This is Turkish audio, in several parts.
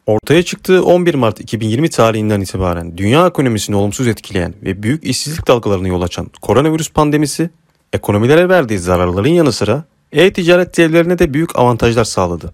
Ortaya çıktığı 11 Mart 2020 tarihinden itibaren dünya ekonomisini olumsuz etkileyen ve büyük işsizlik dalgalarına yol açan koronavirüs pandemisi, ekonomilere verdiği zararların yanı sıra e-ticaret devlerine de büyük avantajlar sağladı.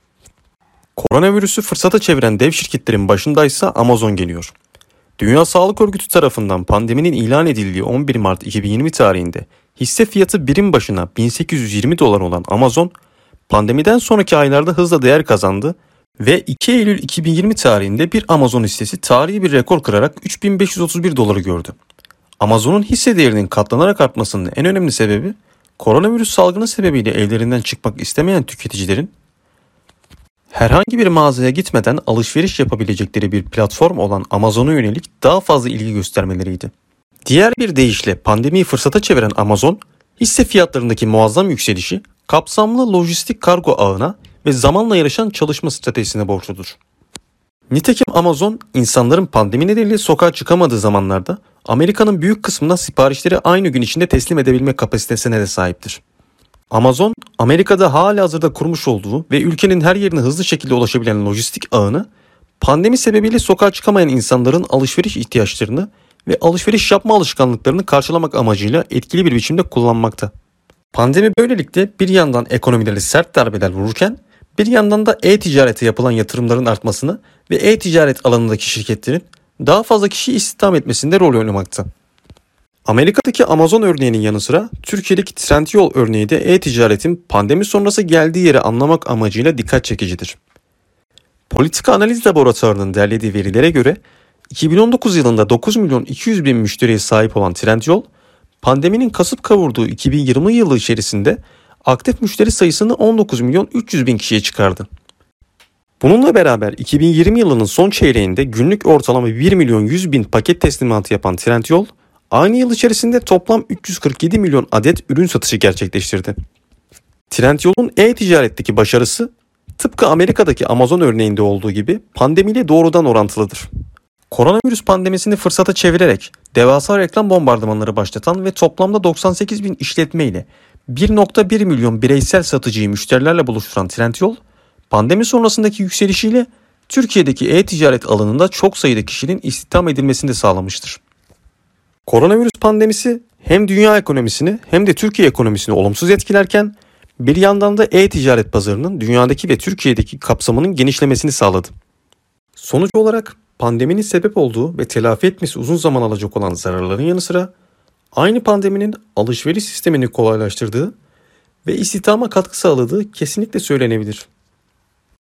Koronavirüsü fırsata çeviren dev şirketlerin başındaysa Amazon geliyor. Dünya Sağlık Örgütü tarafından pandeminin ilan edildiği 11 Mart 2020 tarihinde hisse fiyatı birim başına 1820 dolar olan Amazon, pandemiden sonraki aylarda hızla değer kazandı ve 2 Eylül 2020 tarihinde bir Amazon hissesi tarihi bir rekor kırarak 3531 doları gördü. Amazon'un hisse değerinin katlanarak artmasının en önemli sebebi, koronavirüs salgını sebebiyle evlerinden çıkmak istemeyen tüketicilerin herhangi bir mağazaya gitmeden alışveriş yapabilecekleri bir platform olan Amazon'a yönelik daha fazla ilgi göstermeleriydi. Diğer bir deyişle pandemiyi fırsata çeviren Amazon, hisse fiyatlarındaki muazzam yükselişi kapsamlı lojistik kargo ağına ve zamanla yarışan çalışma stratejisine borçludur. Nitekim Amazon, insanların pandemi nedeniyle sokağa çıkamadığı zamanlarda Amerika'nın büyük kısmından siparişleri aynı gün içinde teslim edebilme kapasitesine de sahiptir. Amazon, Amerika'da halihazırda kurmuş olduğu ve ülkenin her yerine hızlı şekilde ulaşabilen lojistik ağını, pandemi sebebiyle sokağa çıkamayan insanların alışveriş ihtiyaçlarını ve alışveriş yapma alışkanlıklarını karşılamak amacıyla etkili bir biçimde kullanmakta. Pandemi böylelikle bir yandan ekonomilere sert darbeler vururken, bir yandan da e-ticarete yapılan yatırımların artmasını ve e-ticaret alanındaki şirketlerin daha fazla kişiyi istihdam etmesinde rol oynamakta. Amerika'daki Amazon örneğinin yanı sıra Türkiye'deki Trendyol örneği de e-ticaretin pandemi sonrası geldiği yeri anlamak amacıyla dikkat çekicidir. Politika Analiz Laboratuvarı'nın derlediği verilere göre 2019 yılında 9 milyon 200 bin müşteriye sahip olan Trendyol, pandeminin kasıp kavurduğu 2020 yılı içerisinde aktif müşteri sayısını 19 milyon 300 bin kişiye çıkardı. Bununla beraber 2020 yılının son çeyreğinde günlük ortalama 1 milyon 100 bin paket teslimatı yapan Trendyol, aynı yıl içerisinde toplam 347 milyon adet ürün satışı gerçekleştirdi. Trendyol'un e-ticaretteki başarısı, tıpkı Amerika'daki Amazon örneğinde olduğu gibi pandemiyle doğrudan orantılıdır. Koronavirüs pandemisini fırsata çevirerek devasa reklam bombardımanları başlatan ve toplamda 98 bin işletme ile 1,1 milyon bireysel satıcıyı müşterilerle buluşturan Trendyol, pandemi sonrasındaki yükselişiyle Türkiye'deki e-ticaret alanında çok sayıda kişinin istihdam edilmesini de sağlamıştır. Koronavirüs pandemisi hem dünya ekonomisini hem de Türkiye ekonomisini olumsuz etkilerken, bir yandan da e-ticaret pazarının dünyadaki ve Türkiye'deki kapsamının genişlemesini sağladı. Sonuç olarak pandeminin sebep olduğu ve telafi etmesi uzun zaman alacak olan zararların yanı sıra, aynı pandeminin alışveriş sistemini kolaylaştırdığı ve istihdama katkı sağladığı kesinlikle söylenebilir.